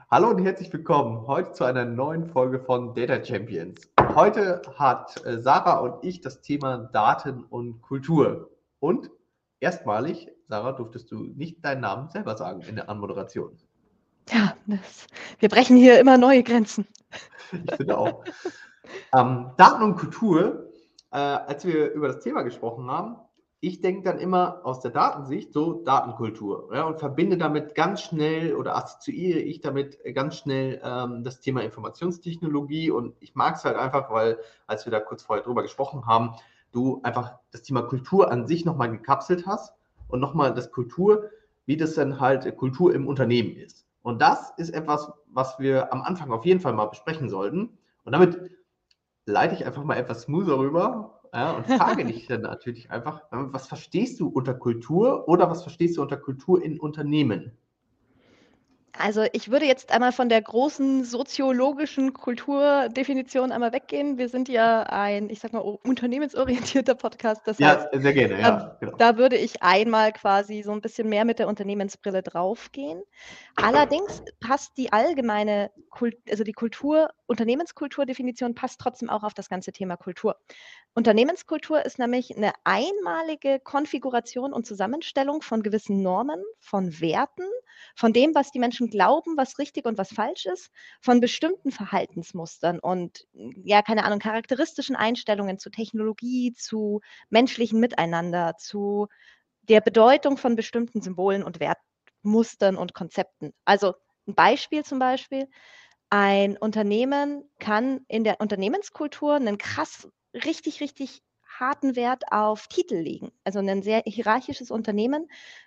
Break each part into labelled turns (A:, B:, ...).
A: Hallo und herzlich willkommen heute zu einer neuen Folge von Data Champions. Heute hat Sarah und ich das Thema Daten und Kultur. Und erstmalig, Sarah, durftest du nicht deinen Namen selber sagen in der Anmoderation.
B: Ja, wir brechen hier immer neue Grenzen.
A: Ich finde auch. Daten und Kultur, als wir über das Thema gesprochen haben, ich denke dann immer aus der Datensicht so Datenkultur, ja, und verbinde damit ganz schnell oder assoziiere ich damit ganz schnell das Thema Informationstechnologie, und ich mag es halt einfach, weil, als wir da kurz vorher drüber gesprochen haben, du einfach das Thema Kultur an sich nochmal gekapselt hast und nochmal das Kultur, wie das dann halt Kultur im Unternehmen ist. Und das ist etwas, was wir am Anfang auf jeden Fall mal besprechen sollten. Und damit leite ich einfach mal etwas smoother rüber, ja, und frage dich dann natürlich einfach, was verstehst du unter Kultur oder was verstehst du unter Kultur in Unternehmen?
B: Also ich würde jetzt einmal von der großen soziologischen Kulturdefinition einmal weggehen. Wir sind ja ein, ich sag mal, unternehmensorientierter Podcast. Das heißt,
A: Ja, sehr gerne, ja, genau.
B: da würde ich einmal quasi so ein bisschen mehr mit der Unternehmensbrille draufgehen. Allerdings passt die allgemeine also die Unternehmenskulturdefinition passt trotzdem auch auf das ganze Thema Kultur. Unternehmenskultur ist nämlich eine einmalige Konfiguration und Zusammenstellung von gewissen Normen, von Werten, von dem, was die Menschen glauben, was richtig und was falsch ist, von bestimmten Verhaltensmustern und ja, keine Ahnung, charakteristischen Einstellungen zu Technologie, zu menschlichen Miteinander, zu der Bedeutung von bestimmten Symbolen und Wertmustern und Konzepten. Also ein Beispiel zum Beispiel, ein Unternehmen kann in der Unternehmenskultur einen krass, richtig harten Wert auf Titel legen. Also ein sehr hierarchisches Unternehmen,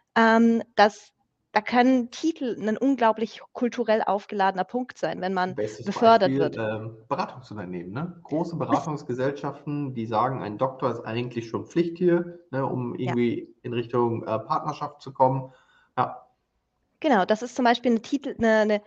B: da können Titel ein unglaublich kulturell aufgeladener Punkt sein, wenn man
A: Bestes
B: befördert
A: Beispiel,
B: wird.
A: Beratungsunternehmen, ne? Große
B: Das,
A: Beratungsgesellschaften, die sagen, ein Doktor ist eigentlich schon Pflicht hier, ne, um
B: ja,
A: irgendwie in Richtung Partnerschaft zu kommen. Ja,
B: genau, das ist zum Beispiel eine Titel,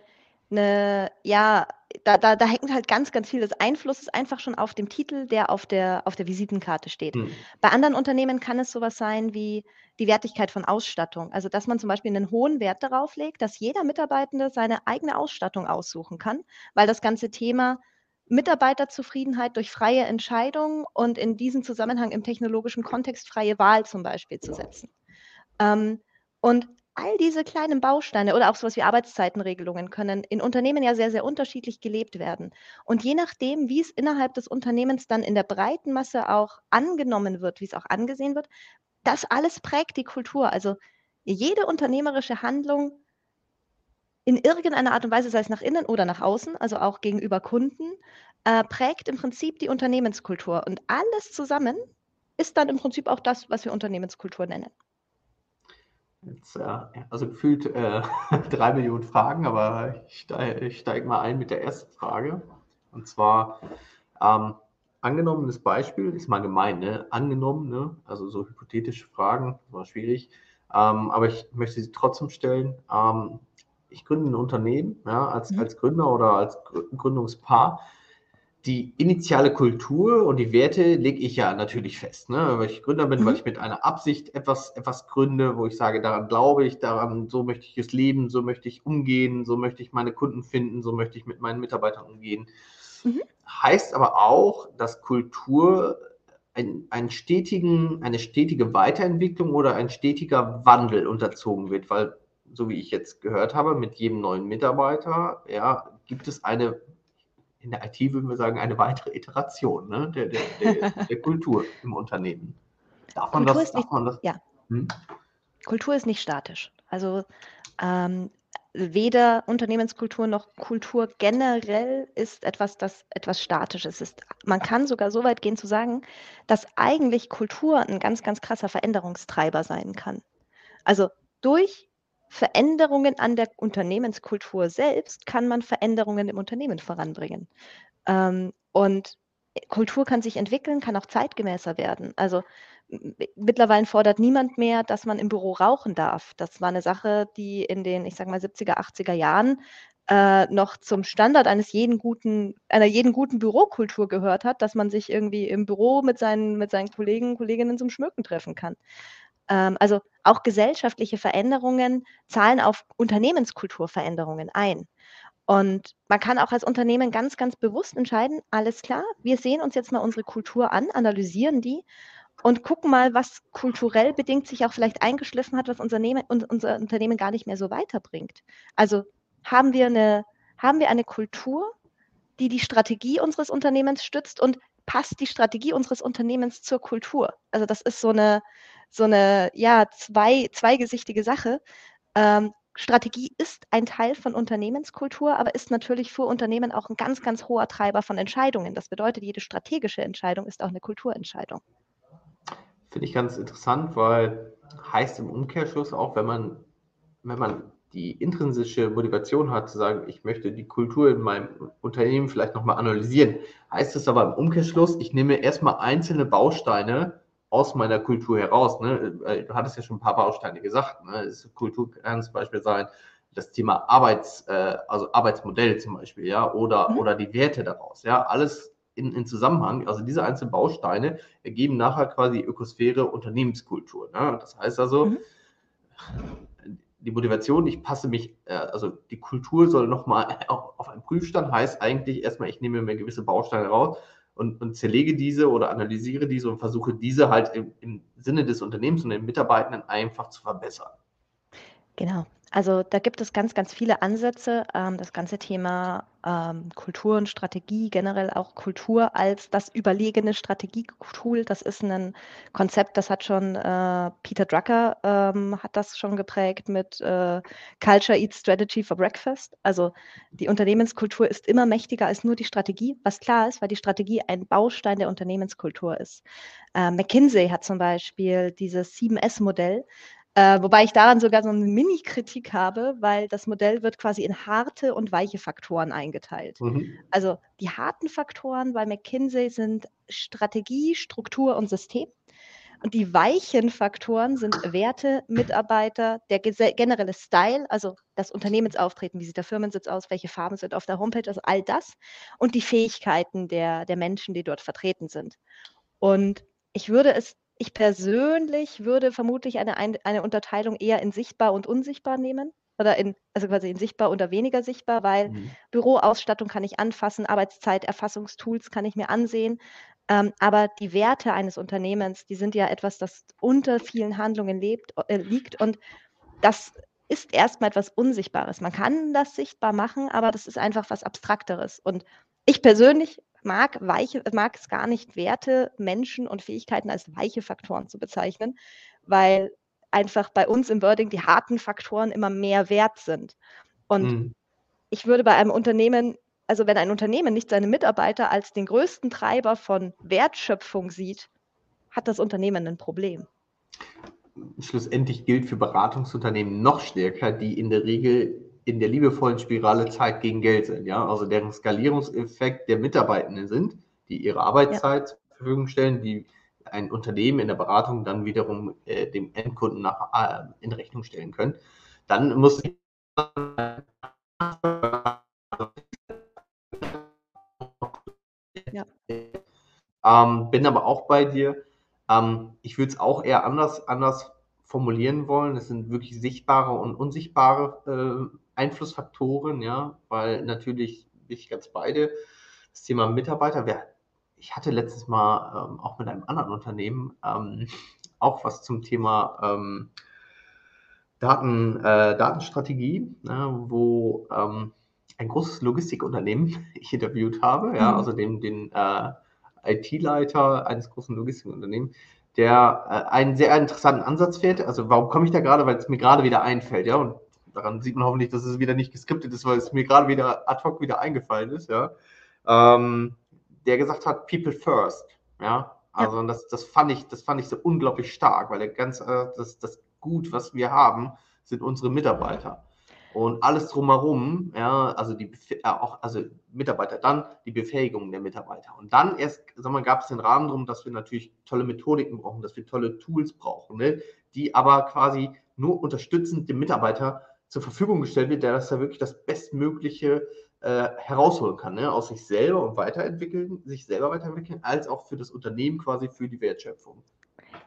B: ja, da hängt halt ganz viel des Einflusses einfach schon auf dem Titel, der auf der Visitenkarte steht.
A: hm.
B: Bei anderen Unternehmen kann es sowas sein wie die Wertigkeit von Ausstattung. Also, dass man zum Beispiel einen hohen Wert darauf legt, dass jeder Mitarbeitende seine eigene Ausstattung aussuchen kann, weil das ganze Thema Mitarbeiterzufriedenheit durch freie Entscheidung und in diesem Zusammenhang im technologischen Kontext freie Wahl zum Beispiel zu setzen. Und all diese kleinen Bausteine oder auch sowas wie Arbeitszeitenregelungen können in Unternehmen ja sehr unterschiedlich gelebt werden. Und je nachdem, wie es innerhalb des Unternehmens dann in der breiten Masse auch angenommen wird, wie es auch angesehen wird, das alles prägt die Kultur. Also jede unternehmerische Handlung in irgendeiner Art und Weise, sei es nach innen oder nach außen, also auch gegenüber Kunden, prägt im Prinzip die Unternehmenskultur. Und alles zusammen ist dann im Prinzip auch das, was wir Unternehmenskultur nennen.
A: Jetzt, also gefühlt 3 Millionen Fragen, aber ich steig mal ein mit der ersten Frage. Und zwar, ähm, angenommenes Beispiel, ist mal gemein, ne? Angenommen, ne? Also so hypothetische Fragen, war schwierig, aber ich möchte sie trotzdem stellen. Ich gründe ein Unternehmen, ja,
B: Mhm.
A: als Gründer oder als Gründungspaar. Die initiale Kultur und die Werte lege ich ja natürlich fest, ne? Weil ich Gründer bin, weil
B: Mhm.
A: ich mit einer Absicht etwas gründe, wo ich sage, daran glaube ich, daran, so möchte ich es leben, so möchte ich umgehen, so möchte ich meine Kunden finden, so möchte ich mit meinen Mitarbeitern umgehen.
B: Mhm.
A: Heißt aber auch, dass Kultur eine stetige Weiterentwicklung oder ein stetiger Wandel unterzogen wird, weil, so wie ich jetzt gehört habe, mit jedem neuen Mitarbeiter, ja, gibt es in der IT würden wir sagen, eine weitere Iteration, ne, der Kultur im Unternehmen. Darf man
B: Kultur
A: das,
B: ist nicht,
A: darf man das?
B: ja,
A: Hm?
B: Kultur ist nicht statisch. Also ähm, weder Unternehmenskultur noch Kultur generell ist etwas Statisches ist. Man kann sogar so weit gehen zu sagen, dass eigentlich Kultur ein ganz krasser Veränderungstreiber sein kann. Also durch Veränderungen an der Unternehmenskultur selbst kann man Veränderungen im Unternehmen voranbringen. Und Kultur kann sich entwickeln, kann auch zeitgemäßer werden. Also mittlerweile fordert niemand mehr, dass man im Büro rauchen darf. Das war eine Sache, die in den, ich sage mal, 70er, 80er Jahren noch zum Standard einer jeden guten Bürokultur gehört hat, dass man sich irgendwie im Büro mit seinen Kollegen, Kolleginnen zum Schmöken treffen kann. Also auch gesellschaftliche Veränderungen zahlen auf Unternehmenskulturveränderungen ein. Und man kann auch als Unternehmen ganz, ganz bewusst entscheiden, alles klar, wir sehen uns jetzt mal unsere Kultur an, analysieren die und gucken mal, was kulturell bedingt sich auch vielleicht eingeschliffen hat, was unser Unternehmen gar nicht mehr so weiterbringt. Also haben wir eine Kultur, die die Strategie unseres Unternehmens stützt und passt die Strategie unseres Unternehmens zur Kultur? Also das ist so eine zweigesichtige Sache. Strategie ist ein Teil von Unternehmenskultur, aber ist natürlich für Unternehmen auch ein ganz, ganz hoher Treiber von Entscheidungen. Das bedeutet, jede strategische Entscheidung ist auch eine Kulturentscheidung.
A: Finde ich ganz interessant, weil heißt im Umkehrschluss auch, wenn man die intrinsische Motivation hat, zu sagen, ich möchte die Kultur in meinem Unternehmen vielleicht nochmal analysieren, heißt es aber im Umkehrschluss, ich nehme erstmal einzelne Bausteine aus meiner Kultur heraus. Ne? Du hattest ja schon ein paar Bausteine gesagt. Ne? Kultur kann zum Beispiel sein, das Thema also Arbeitsmodell zum Beispiel, ja, oder die Werte daraus, ja, alles in Zusammenhang. Also diese einzelnen Bausteine ergeben nachher quasi Ökosphäre, Unternehmenskultur. Ne? Das heißt also, die Motivation, ich passe mich, also die Kultur soll nochmal auf einen Prüfstand, heißt eigentlich erstmal, ich nehme mir gewisse Bausteine raus und zerlege diese oder analysiere diese und versuche diese halt im Sinne des Unternehmens und den Mitarbeitenden einfach zu verbessern.
B: Genau. Also da gibt es ganz, ganz viele Ansätze. Das ganze Thema Kultur und Strategie, generell auch Kultur als das überlegene Strategietool, das ist ein Konzept, das hat schon Peter Drucker hat das schon geprägt mit Culture Eats Strategy for Breakfast. Also die Unternehmenskultur ist immer mächtiger als nur die Strategie, was klar ist, weil die Strategie ein Baustein der Unternehmenskultur ist. McKinsey hat zum Beispiel dieses 7S-Modell, wobei ich daran sogar so eine Mini-Kritik habe, weil das Modell wird quasi in harte und weiche Faktoren eingeteilt. Also die harten Faktoren bei McKinsey sind Strategie, Struktur und System. Und die weichen Faktoren sind Werte, Mitarbeiter, der generelle Style, also das Unternehmensauftreten, wie sieht der Firmensitz aus, welche Farben sind auf der Homepage, also all das. Und die Fähigkeiten der Menschen, die dort vertreten sind. Und ich persönlich würde vermutlich eine Unterteilung eher in sichtbar und unsichtbar nehmen. Also quasi in sichtbar oder weniger sichtbar, weil Büroausstattung kann ich anfassen, Arbeitszeiterfassungstools kann ich mir ansehen. Aber die Werte eines Unternehmens, die sind ja etwas, das unter vielen Handlungen liegt. Und das ist erstmal etwas Unsichtbares. Man kann das sichtbar machen, aber das ist einfach was Abstrakteres. Und ich persönlich mag es gar nicht, Werte, Menschen und Fähigkeiten als weiche Faktoren zu bezeichnen, weil einfach bei uns im Wording die harten Faktoren immer mehr wert sind. Und ich würde bei einem Unternehmen, also wenn ein Unternehmen nicht seine Mitarbeiter als den größten Treiber von Wertschöpfung sieht, hat das Unternehmen ein Problem.
A: Schlussendlich gilt für Beratungsunternehmen noch stärker, die in der Regel in der liebevollen Spirale Zeit gegen Geld sind, ja, also deren Skalierungseffekt der Mitarbeitenden sind, die ihre Arbeitszeit zur Verfügung stellen, die ein Unternehmen in der Beratung dann wiederum dem Endkunden in Rechnung stellen können. Dann muss ich bin aber auch bei dir. Ich würde es auch eher anders formulieren wollen. Es sind wirklich sichtbare und unsichtbare Einflussfaktoren, ja, weil natürlich bin ich ganz beide. Das Thema Mitarbeiter, ich hatte letztes Mal auch mit einem anderen Unternehmen auch was zum Thema Datenstrategie, wo ein großes Logistikunternehmen ich interviewt habe, ja, also den IT-Leiter eines großen Logistikunternehmens, der einen sehr interessanten Ansatz fährt. Also warum komme ich da gerade? Weil es mir gerade wieder einfällt, ja, und daran sieht man hoffentlich, dass es wieder nicht geskriptet ist, weil es mir gerade wieder ad hoc wieder eingefallen ist, ja. Der gesagt hat, People first, ja. Also das fand ich so unglaublich stark, weil das Gut, was wir haben, sind unsere Mitarbeiter. Und alles drumherum, ja, also Mitarbeiter, dann die Befähigung der Mitarbeiter. Und dann erst, gab es den Rahmen drum, dass wir natürlich tolle Methodiken brauchen, dass wir tolle Tools brauchen, ne, die aber quasi nur unterstützend dem Mitarbeiter zur Verfügung gestellt wird, der das da wirklich das Bestmögliche herausholen kann, ne, aus sich selber und sich selber weiterentwickeln, als auch für das Unternehmen quasi für die Wertschöpfung.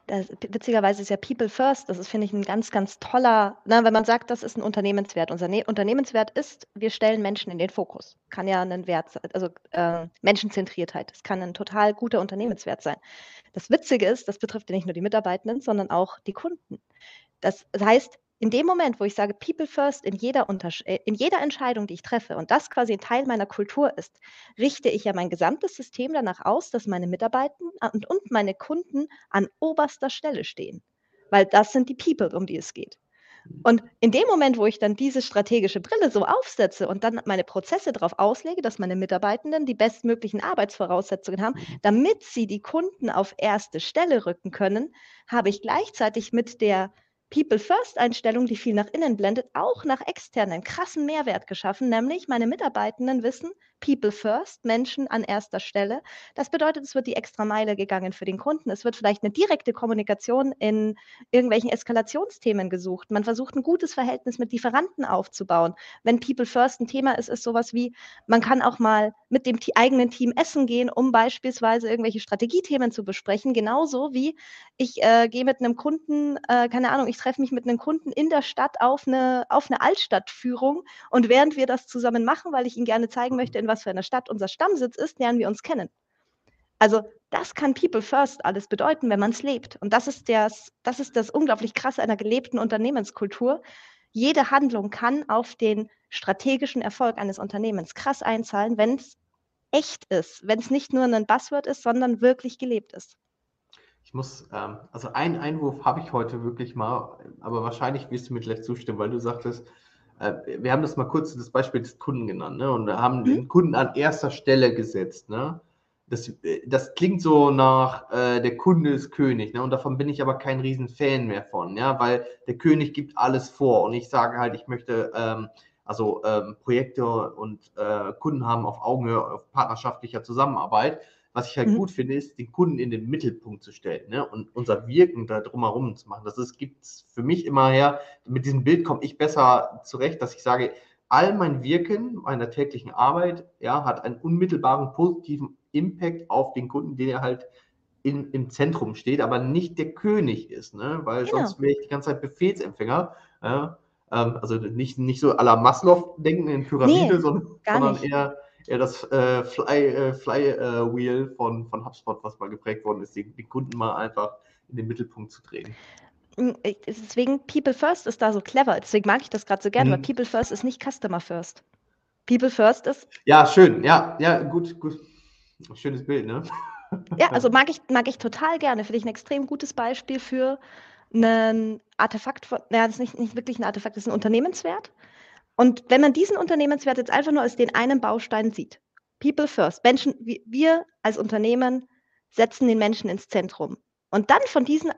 B: witzigerweise ist ja People First, das ist, finde ich, ein ganz, ganz toller, wenn man sagt, das ist ein Unternehmenswert. Unser Unternehmenswert ist, wir stellen Menschen in den Fokus. Kann ja ein Wert sein, also Menschenzentriertheit. Das kann ein total guter Unternehmenswert sein. Das Witzige ist, das betrifft ja nicht nur die Mitarbeitenden, sondern auch die Kunden. Das heißt, in dem Moment, wo ich sage People First in jeder Entscheidung, die ich treffe und das quasi ein Teil meiner Kultur ist, richte ich ja mein gesamtes System danach aus, dass meine Mitarbeitenden und meine Kunden an oberster Stelle stehen, weil das sind die People, um die es geht. Und in dem Moment, wo ich dann diese strategische Brille so aufsetze und dann meine Prozesse darauf auslege, dass meine Mitarbeitenden die bestmöglichen Arbeitsvoraussetzungen haben, damit sie die Kunden auf erste Stelle rücken können, habe ich gleichzeitig mit der People-First-Einstellung, die viel nach innen blendet, auch nach extern einen krassen Mehrwert geschaffen, nämlich meine Mitarbeitenden wissen, People First, Menschen an erster Stelle. Das bedeutet, es wird die extra Meile gegangen für den Kunden. Es wird vielleicht eine direkte Kommunikation in irgendwelchen Eskalationsthemen gesucht. Man versucht, ein gutes Verhältnis mit Lieferanten aufzubauen. Wenn People First ein Thema ist, ist sowas wie, man kann auch mal mit dem eigenen Team essen gehen, um beispielsweise irgendwelche Strategiethemen zu besprechen. Genauso wie ich gehe mit einem Kunden, keine Ahnung, ich treffe mich mit einem Kunden in der Stadt auf eine Altstadtführung und während wir das zusammen machen, weil ich Ihnen gerne zeigen möchte, in was für einer Stadt unser Stammsitz ist, lernen wir uns kennen. Also das kann People First alles bedeuten, wenn man es lebt. Und das ist das unglaublich Krasse einer gelebten Unternehmenskultur. Jede Handlung kann auf den strategischen Erfolg eines Unternehmens krass einzahlen, wenn es echt ist, wenn es nicht nur ein Buzzword ist, sondern wirklich gelebt ist.
A: Ich muss, also einen Einwurf habe ich heute wirklich mal, aber wahrscheinlich wirst du mir gleich zustimmen, weil du sagtest, wir haben das mal kurz das Beispiel des Kunden genannt, ne? Und haben den Kunden an erster Stelle gesetzt, ne? Das klingt so nach, der Kunde ist König, ne? Und davon bin ich aber kein riesen Fan mehr von, ja, weil der König gibt alles vor und ich sage halt, ich möchte Projekte und Kunden haben auf Augenhöhe, auf partnerschaftlicher Zusammenarbeit. Was ich halt gut finde, ist, den Kunden in den Mittelpunkt zu stellen, ne? Und unser Wirken da drumherum zu machen. Das gibt es für mich immer her. Mit diesem Bild komme ich besser zurecht, dass ich sage, all mein Wirken meiner täglichen Arbeit, ja, hat einen unmittelbaren positiven Impact auf den Kunden, der halt im Zentrum steht, aber nicht der König ist, ne? Weil sonst wäre ich die ganze Zeit Befehlsempfänger. Ja? Also nicht so à la Maslow denken in Pyramide, sondern eher das Flywheel von HubSpot, was mal geprägt worden ist, die Kunden mal einfach in den Mittelpunkt zu drehen.
B: Deswegen People First ist da so clever. Deswegen mag ich das gerade so gerne, weil People First ist nicht Customer First. People First ist...
A: Ja, schön. Ja, gut. Schönes Bild, ne?
B: Ja, also mag ich total gerne. Finde ich ein extrem gutes Beispiel für ein Artefakt, das ist nicht wirklich ein Artefakt, das ist ein Unternehmenswert. Und wenn man diesen Unternehmenswert jetzt einfach nur als den einen Baustein sieht, People First, Menschen, wir als Unternehmen setzen den Menschen ins Zentrum. Und dann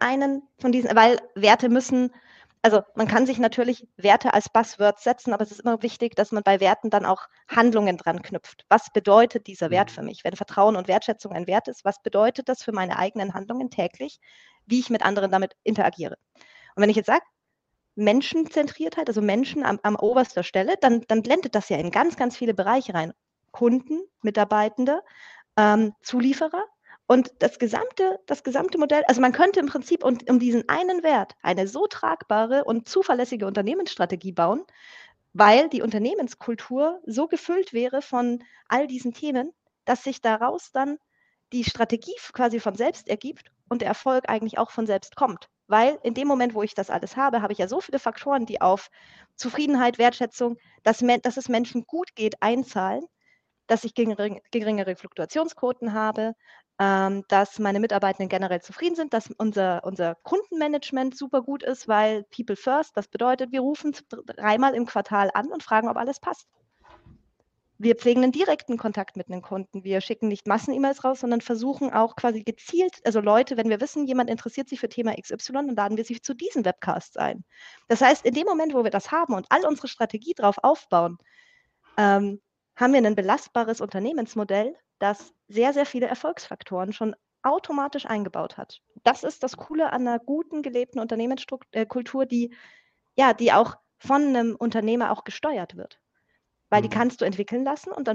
B: weil Werte müssen, also man kann sich natürlich Werte als Buzzword setzen, aber es ist immer wichtig, dass man bei Werten dann auch Handlungen dran knüpft. Was bedeutet dieser Wert für mich? Wenn Vertrauen und Wertschätzung ein Wert ist, was bedeutet das für meine eigenen Handlungen täglich, wie ich mit anderen damit interagiere? Und wenn ich jetzt sage, Menschenzentriertheit, also Menschen am oberster Stelle, dann blendet das ja in ganz, ganz viele Bereiche rein. Kunden, Mitarbeitende, Zulieferer. Und das gesamte Modell, also man könnte im Prinzip um diesen einen Wert eine so tragbare und zuverlässige Unternehmensstrategie bauen, weil die Unternehmenskultur so gefüllt wäre von all diesen Themen, dass sich daraus dann die Strategie quasi von selbst ergibt und der Erfolg eigentlich auch von selbst kommt. Weil in dem Moment, wo ich das alles habe, habe ich ja so viele Faktoren, die auf Zufriedenheit, Wertschätzung, dass es Menschen gut geht, einzahlen, dass ich geringere Fluktuationsquoten habe, dass meine Mitarbeitenden generell zufrieden sind, dass unser Kundenmanagement super gut ist, weil People First, das bedeutet, wir rufen 3-mal im Quartal an und fragen, ob alles passt. Wir pflegen einen direkten Kontakt mit einem Kunden. Wir schicken nicht Massen-E-Mails raus, sondern versuchen auch quasi gezielt, also Leute, wenn wir wissen, jemand interessiert sich für Thema XY, dann laden wir sie zu diesen Webcasts ein. Das heißt, in dem Moment, wo wir das haben und all unsere Strategie drauf aufbauen, haben wir ein belastbares Unternehmensmodell, das sehr, sehr viele Erfolgsfaktoren schon automatisch eingebaut hat. Das ist das Coole an einer guten, gelebten Unternehmenskultur, die auch von einem Unternehmer auch gesteuert wird. Weil die kannst du entwickeln lassen und dann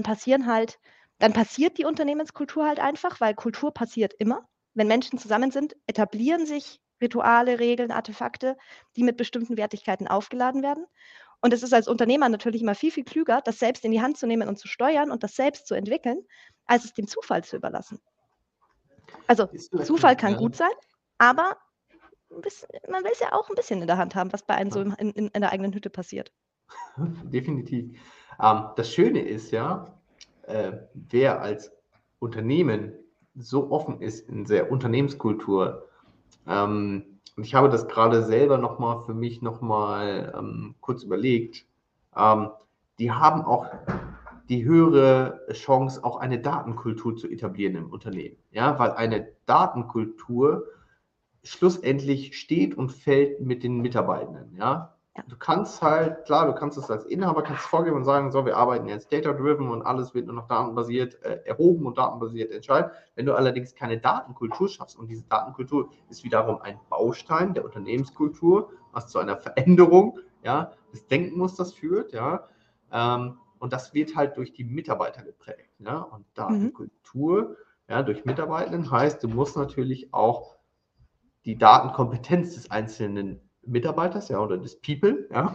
B: passiert die Unternehmenskultur halt einfach, weil Kultur passiert immer. Wenn Menschen zusammen sind, etablieren sich Rituale, Regeln, Artefakte, die mit bestimmten Wertigkeiten aufgeladen werden. Und es ist als Unternehmer natürlich immer viel, viel klüger, das selbst in die Hand zu nehmen und zu steuern und das selbst zu entwickeln, als es dem Zufall zu überlassen. Also Zufall kann gut sein, aber man will es ja auch ein bisschen in der Hand haben, was bei einem so in der eigenen Hütte passiert.
A: Definitiv. Das Schöne ist ja, wer als Unternehmen so offen ist in der Unternehmenskultur, und ich habe das gerade selber nochmal für mich kurz überlegt, die haben auch die höhere Chance, auch eine Datenkultur zu etablieren im Unternehmen. Ja, weil eine Datenkultur schlussendlich steht und fällt mit den Mitarbeitenden. Ja, du kannst halt, klar, du kannst es als Inhaber kannst vorgeben und sagen, so, wir arbeiten jetzt data-driven und alles wird nur noch datenbasiert erhoben und datenbasiert entscheiden. Wenn du allerdings keine Datenkultur schaffst, und diese Datenkultur ist wiederum ein Baustein der Unternehmenskultur, was zu einer Veränderung, ja, des Denkmusters führt, ja, und das wird halt durch die Mitarbeiter geprägt, ja, und Datenkultur, ja, durch Mitarbeitenden heißt, du musst natürlich auch die Datenkompetenz des einzelnen Mitarbeiters, ja, oder des People, ja,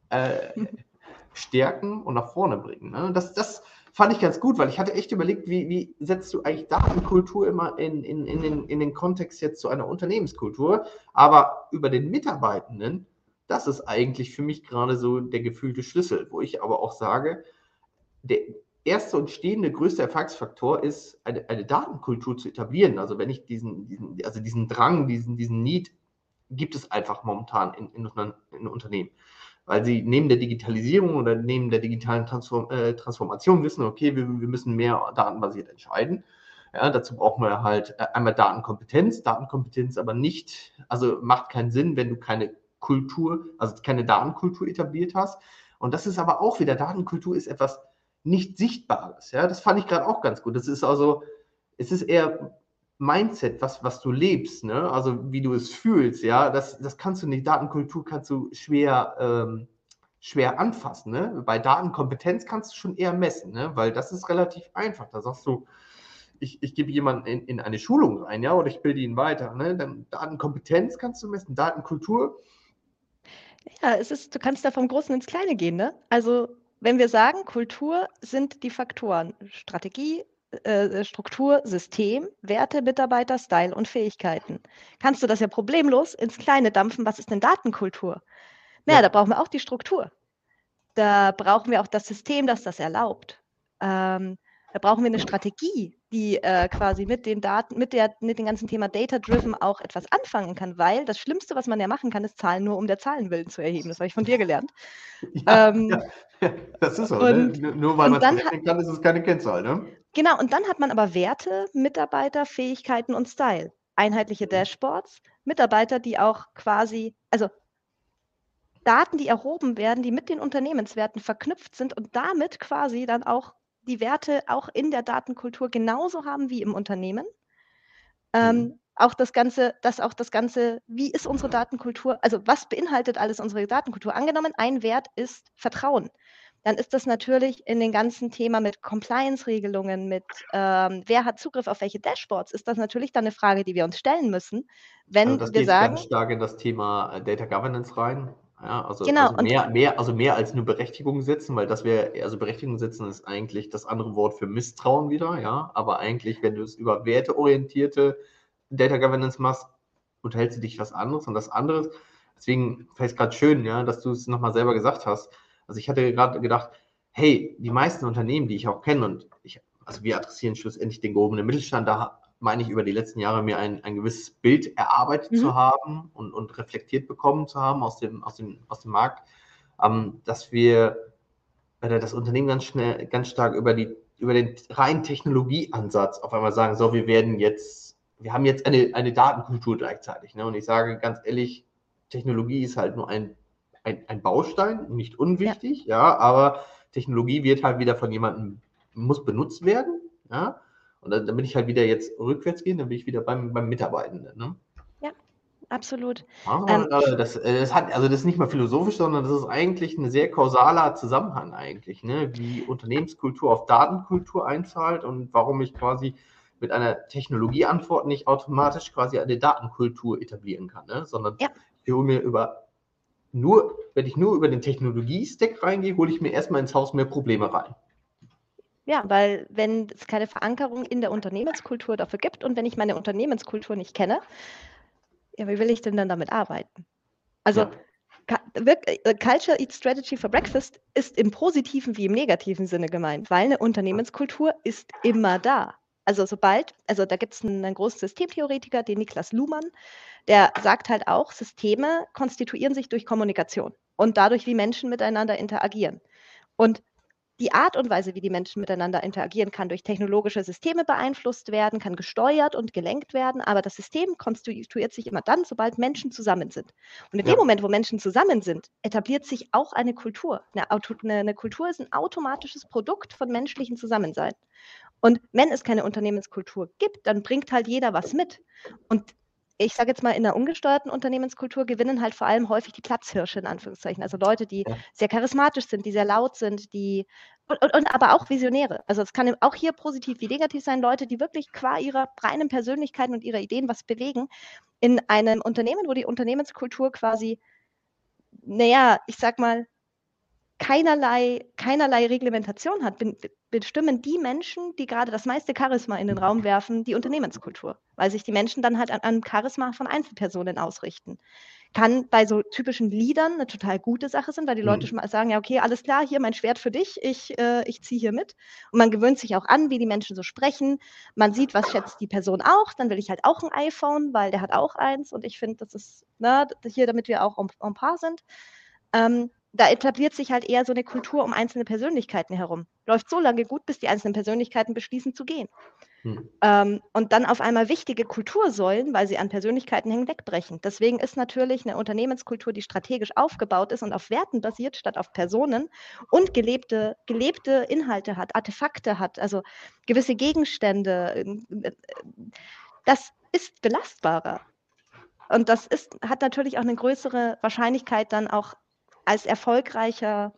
A: stärken und nach vorne bringen. Ne? Das fand ich ganz gut, weil ich hatte echt überlegt, wie setzt du eigentlich Datenkultur immer in den Kontext jetzt zu einer Unternehmenskultur, aber über den Mitarbeitenden, das ist eigentlich für mich gerade so der gefühlte Schlüssel, wo ich aber auch sage, der erste und stehende größte Erfolgsfaktor ist, eine Datenkultur zu etablieren. Also wenn ich diesen Drang, diesen Need, gibt es einfach momentan in Unternehmen. Weil sie neben der Digitalisierung oder neben der digitalen Transformation wissen, okay, wir müssen mehr datenbasiert entscheiden. Ja, dazu brauchen wir halt einmal Datenkompetenz. Datenkompetenz aber nicht, also macht keinen Sinn, wenn du keine Kultur, also keine Datenkultur etabliert hast. Und das ist aber auch wieder, Datenkultur ist etwas nicht Sichtbares. Ja, das fand ich gerade auch ganz gut. Das ist also, es ist eher Mindset, was du lebst, ne? Also wie du es fühlst, ja, das kannst du nicht, Datenkultur kannst du schwer anfassen, ne? Bei Datenkompetenz kannst du schon eher messen, ne? Weil das ist relativ einfach. Da sagst du, ich gebe jemanden in eine Schulung rein, ja, oder ich bilde ihn weiter, ne? Dann Datenkompetenz kannst du messen, Datenkultur.
B: Ja, du kannst da vom Großen ins Kleine gehen, ne? Also wenn wir sagen, Kultur sind die Faktoren Strategie, Struktur, System, Werte, Mitarbeiter, Style und Fähigkeiten. Kannst du das ja problemlos ins Kleine dampfen. Was ist denn Datenkultur? Naja, da brauchen wir auch die Struktur. Da brauchen wir auch das System, das das erlaubt. Da brauchen wir eine Strategie, die quasi mit den Daten, mit dem ganzen Thema Data-Driven auch etwas anfangen kann, weil das Schlimmste, was man ja machen kann, ist Zahlen nur um der Zahlen willen zu erheben. Das habe ich von dir gelernt.
A: Ja, das ist so, ne? Nur weil man es berechnen kann, ist es keine Kennzahl, ne?
B: Genau, und dann hat man aber Werte, Mitarbeiter, Fähigkeiten und Style. Einheitliche Dashboards, Mitarbeiter, die auch quasi, also Daten, die erhoben werden, die mit den Unternehmenswerten verknüpft sind und damit quasi dann auch die Werte auch in der Datenkultur genauso haben wie im Unternehmen. Auch das Ganze, wie ist unsere Datenkultur, also was beinhaltet alles unsere Datenkultur? Angenommen, ein Wert ist Vertrauen. Dann ist das natürlich in den ganzen Thema mit Compliance-Regelungen, mit wer hat Zugriff auf welche Dashboards, ist das natürlich dann eine Frage, die wir uns stellen müssen, wenn
A: das
B: wir
A: geht
B: sagen,
A: ganz stark in das Thema Data Governance rein. Ja,
B: genau,
A: also mehr als nur Berechtigung setzen, weil Berechtigung setzen ist eigentlich das andere Wort für Misstrauen wieder, ja. Aber eigentlich, wenn du es über werteorientierte Data Governance machst, unterhältst du dich was anderes und das andere. Deswegen fällt es gerade schön, ja, dass du es nochmal selber gesagt hast. Also ich hatte gerade gedacht, hey, die meisten Unternehmen, die ich auch kenne, also wir adressieren schlussendlich den gehobenen Mittelstand, da meine ich, über die letzten Jahre mir ein gewisses Bild erarbeitet zu haben und reflektiert bekommen zu haben aus dem Markt, dass wir das Unternehmen ganz stark über den reinen Technologieansatz auf einmal sagen, so, wir haben jetzt eine Datenkultur gleichzeitig. Ne? Und ich sage ganz ehrlich, Technologie ist halt nur ein Baustein, nicht unwichtig, ja, aber Technologie wird halt wieder von jemandem, muss benutzt werden, ja. Und dann bin ich halt wieder jetzt rückwärts gehen, dann bin ich wieder beim Mitarbeitenden. Ne?
B: Ja, absolut.
A: Das ist nicht mal philosophisch, sondern das ist eigentlich ein sehr kausaler Zusammenhang eigentlich, ne? Wie Unternehmenskultur auf Datenkultur einzahlt und warum ich quasi mit einer Technologieantwort nicht automatisch quasi eine Datenkultur etablieren kann, ne? Sondern ich hole mir wenn ich nur über den Technologie-Stack reingehe, hole ich mir erstmal ins Haus mehr Probleme rein.
B: Ja, weil wenn es keine Verankerung in der Unternehmenskultur dafür gibt und wenn ich meine Unternehmenskultur nicht kenne, ja, wie will ich denn dann damit arbeiten? Also Culture Eats Strategy for Breakfast ist im positiven wie im negativen Sinne gemeint, weil eine Unternehmenskultur ist immer da. Also da gibt es einen großen Systemtheoretiker, den Niklas Luhmann, der sagt halt auch, Systeme konstituieren sich durch Kommunikation und dadurch, wie Menschen miteinander interagieren. Und die Art und Weise, wie die Menschen miteinander interagieren, kann durch technologische Systeme beeinflusst werden, kann gesteuert und gelenkt werden, aber das System konstituiert sich immer dann, sobald Menschen zusammen sind. Und in dem Moment, wo Menschen zusammen sind, etabliert sich auch eine Kultur. Eine Kultur ist ein automatisches Produkt von menschlichem Zusammensein. Und wenn es keine Unternehmenskultur gibt, dann bringt halt jeder was mit. Und ich sage jetzt mal, in einer ungesteuerten Unternehmenskultur gewinnen halt vor allem häufig die Platzhirsche in Anführungszeichen, also Leute, die sehr charismatisch sind, die sehr laut sind, und aber auch Visionäre. Also es kann auch hier positiv wie negativ sein, Leute, die wirklich qua ihrer reinen Persönlichkeiten und ihrer Ideen was bewegen. In einem Unternehmen, wo die Unternehmenskultur quasi, ich sag mal, keinerlei Reglementation hat, bestimmen die Menschen, die gerade das meiste Charisma in den Raum werfen, die Unternehmenskultur, weil sich die Menschen dann halt an Charisma von Einzelpersonen ausrichten. Kann bei so typischen Leadern eine total gute Sache sein, weil die Leute schon mal sagen, ja, okay, alles klar, hier mein Schwert für dich, ich ziehe hier mit. Und man gewöhnt sich auch an, wie die Menschen so sprechen. Man sieht, was schätzt die Person auch. Dann will ich halt auch ein iPhone, weil der hat auch eins. Und ich finde, das ist hier, damit wir auch en par sind. Da etabliert sich halt eher so eine Kultur um einzelne Persönlichkeiten herum. Läuft so lange gut, bis die einzelnen Persönlichkeiten beschließen zu gehen. Und dann auf einmal wichtige Kultursäulen, weil sie an Persönlichkeiten hängen, wegbrechen. Deswegen ist natürlich eine Unternehmenskultur, die strategisch aufgebaut ist und auf Werten basiert, statt auf Personen und gelebte Inhalte hat, Artefakte hat, also gewisse Gegenstände, das ist belastbarer. Und das hat natürlich auch eine größere Wahrscheinlichkeit, dann auch als erfolgreicher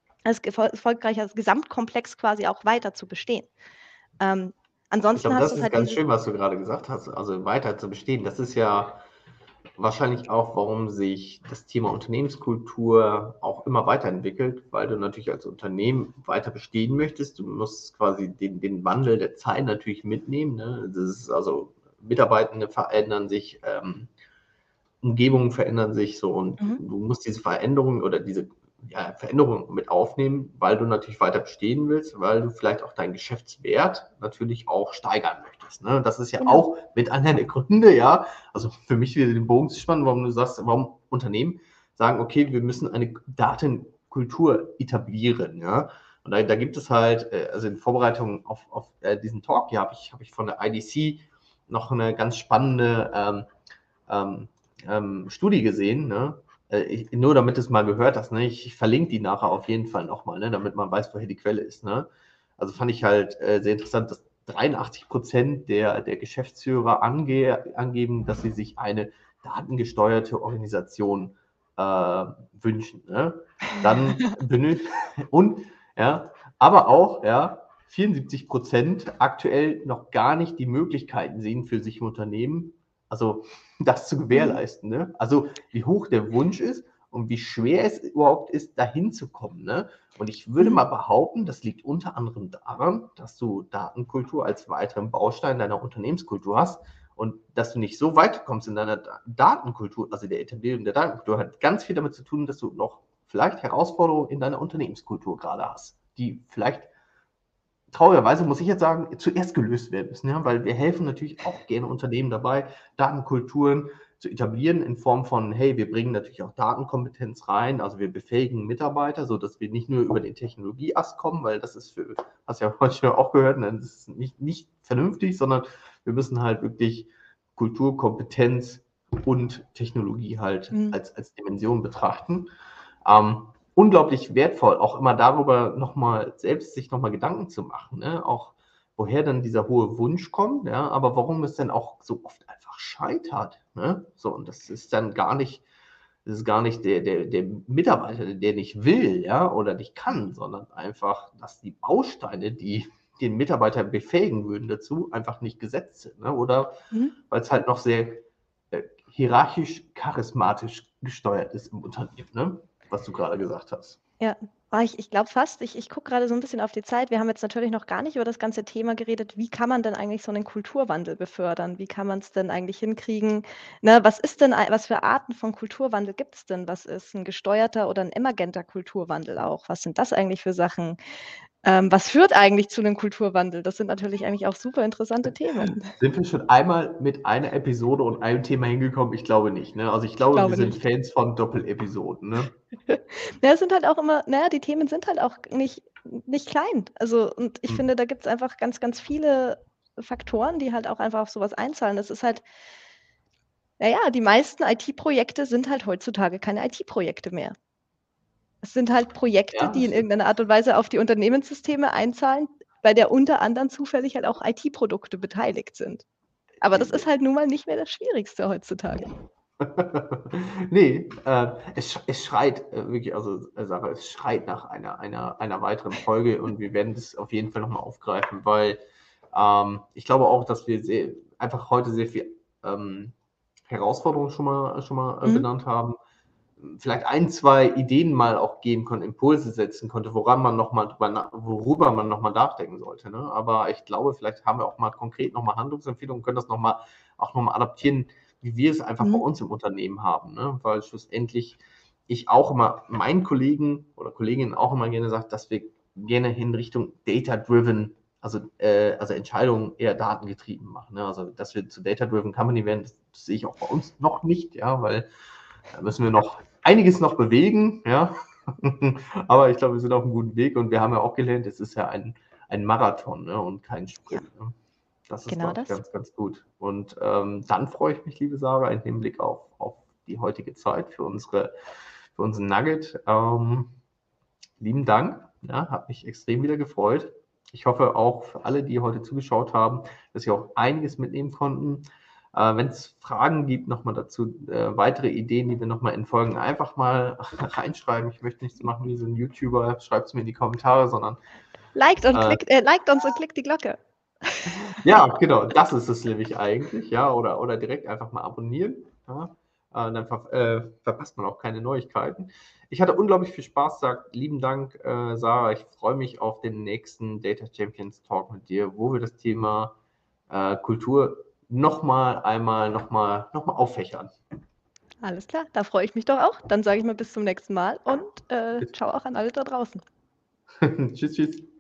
B: Gesamtkomplex quasi auch weiter zu bestehen. Ansonsten
A: das ist ganz schön, was du gerade gesagt hast, also weiter zu bestehen. Das ist ja wahrscheinlich auch, warum sich das Thema Unternehmenskultur auch immer weiterentwickelt, weil du natürlich als Unternehmen weiter bestehen möchtest. Du musst quasi den Wandel der Zeit natürlich mitnehmen, ne? Das ist also, Mitarbeitende verändern sich, Umgebungen verändern sich so und du musst diese Veränderungen oder diese Veränderungen mit aufnehmen, weil du natürlich weiter bestehen willst, weil du vielleicht auch deinen Geschäftswert natürlich auch steigern möchtest. Ne? Das ist ja auch mit einer der Gründe, ja, also für mich wieder den Bogen zu spannen, warum du sagst, warum Unternehmen sagen, okay, wir müssen eine Datenkultur etablieren, ja. Und da gibt es halt, also in Vorbereitung auf diesen Talk, hier habe ich von der IDC noch eine ganz spannende Studie gesehen, ne? Nur damit du es mal gehört hast, ne? Ich verlinke die nachher auf jeden Fall nochmal, ne? Damit man weiß, woher die Quelle ist. Ne? Also fand ich halt sehr interessant, dass 83% der Geschäftsführer angeben, dass sie sich eine datengesteuerte Organisation wünschen. Ne? Dann und aber auch 74% aktuell noch gar nicht die Möglichkeiten sehen für sich im Unternehmen, also das zu gewährleisten. Ne? Also wie hoch der Wunsch ist und wie schwer es überhaupt ist, dahin zu kommen. Ne? Und ich würde mal behaupten, das liegt unter anderem daran, dass du Datenkultur als weiteren Baustein deiner Unternehmenskultur hast und dass du nicht so weit kommst in deiner Datenkultur, also der Etablierung der Datenkultur, hat ganz viel damit zu tun, dass du noch vielleicht Herausforderungen in deiner Unternehmenskultur gerade hast, die vielleicht traurigerweise, muss ich jetzt sagen, zuerst gelöst werden müssen, ja, weil wir helfen natürlich auch gerne Unternehmen dabei, Datenkulturen zu etablieren in Form von, hey, wir bringen natürlich auch Datenkompetenz rein, also wir befähigen Mitarbeiter, sodass wir nicht nur über den Technologieast kommen, weil das ist hast du ja heute auch gehört, ne, das ist nicht vernünftig, sondern wir müssen halt wirklich Kultur, Kompetenz und Technologie halt als Dimension betrachten. Unglaublich wertvoll, auch immer darüber sich nochmal Gedanken zu machen, ne? Auch woher dann dieser hohe Wunsch kommt, ja, aber warum es dann auch so oft einfach scheitert, ne? So, und das ist dann gar nicht der Mitarbeiter, der nicht will, ja, oder nicht kann, sondern einfach, dass die Bausteine, die den Mitarbeiter befähigen würden dazu, einfach nicht gesetzt sind. Ne? Oder weil es halt noch sehr hierarchisch, charismatisch gesteuert ist im Unternehmen, ne? Was du gerade gesagt hast.
B: Ja, ich glaube fast, ich gucke gerade so ein bisschen auf die Zeit. Wir haben jetzt natürlich noch gar nicht über das ganze Thema geredet. Wie kann man denn eigentlich so einen Kulturwandel befördern? Wie kann man es denn eigentlich hinkriegen? Ne, was für Arten von Kulturwandel gibt es denn? Was ist ein gesteuerter oder ein emergenter Kulturwandel auch? Was sind das eigentlich für Sachen? Was führt eigentlich zu einem Kulturwandel? Das sind natürlich eigentlich auch super interessante Themen.
A: Sind wir schon einmal mit einer Episode und einem Thema hingekommen? Ich glaube nicht. Ne? Also ich glaube, wir sind
B: nicht.
A: Fans von Doppelepisoden. Ne?
B: Ja, es sind halt auch immer, naja, die Themen sind halt auch nicht klein. Also, und ich finde, da gibt es einfach ganz, ganz viele Faktoren, die halt auch einfach auf sowas einzahlen. Das ist halt, naja, die meisten IT-Projekte sind halt heutzutage keine IT-Projekte mehr. Es sind halt Projekte,
A: Ja,
B: die in
A: stimmt.
B: irgendeiner Art und Weise auf die Unternehmenssysteme einzahlen, bei der unter anderem zufällig halt auch IT-Produkte beteiligt sind. Aber das ist halt nun mal nicht mehr das Schwierigste heutzutage.
A: Nee, es schreit wirklich, also Sarah, es schreit nach einer weiteren Folge und wir werden das auf jeden Fall nochmal aufgreifen, weil ich glaube auch, dass wir einfach heute sehr viel Herausforderungen schon mal benannt haben. Vielleicht ein, zwei Ideen mal auch geben konnte, Impulse setzen konnte, worüber man nochmal nachdenken sollte. Ne? Aber ich glaube, vielleicht haben wir auch mal konkret nochmal Handlungsempfehlungen, können das nochmal adaptieren, wie wir es einfach bei uns im Unternehmen haben. Ne? Weil schlussendlich ich auch immer meinen Kollegen oder Kolleginnen auch immer gerne sage, dass wir gerne in Richtung Data-Driven, also Entscheidungen eher datengetrieben machen. Ne? Also dass wir zu Data-Driven Company werden, das sehe ich auch bei uns noch nicht, ja, weil da müssen wir noch einiges noch bewegen, ja. Aber ich glaube, wir sind auf einem guten Weg und wir haben ja auch gelernt, es ist ja ein Marathon, ne, und kein Sprint. Ja. Ne? Das ist,
B: Genau
A: glaube ich,
B: das.
A: ganz, ganz gut. Und dann freue ich mich, liebe Sarah, im Hinblick auf die heutige Zeit für unseren Nugget. Lieben Dank, ja, hat mich extrem wieder gefreut. Ich hoffe auch für alle, die heute zugeschaut haben, dass sie auch einiges mitnehmen konnten. Wenn es Fragen gibt, nochmal dazu, weitere Ideen, die wir nochmal in Folgen einfach mal reinschreiben. Ich möchte nichts machen wie so ein YouTuber, schreibt es mir in die Kommentare, sondern
B: Liked uns und klickt die Glocke.
A: ja, genau, das ist es nämlich eigentlich, ja, oder direkt einfach mal abonnieren. Ja. Dann verpasst man auch keine Neuigkeiten. Ich hatte unglaublich viel Spaß, sagt lieben Dank, Sarah. Ich freue mich auf den nächsten Data Champions Talk mit dir, wo wir das Thema Kultur nochmal auffächern.
B: Alles klar, da freue ich mich doch auch. Dann sage ich mal bis zum nächsten Mal und ciao auch an alle da draußen.
A: Tschüss, tschüss.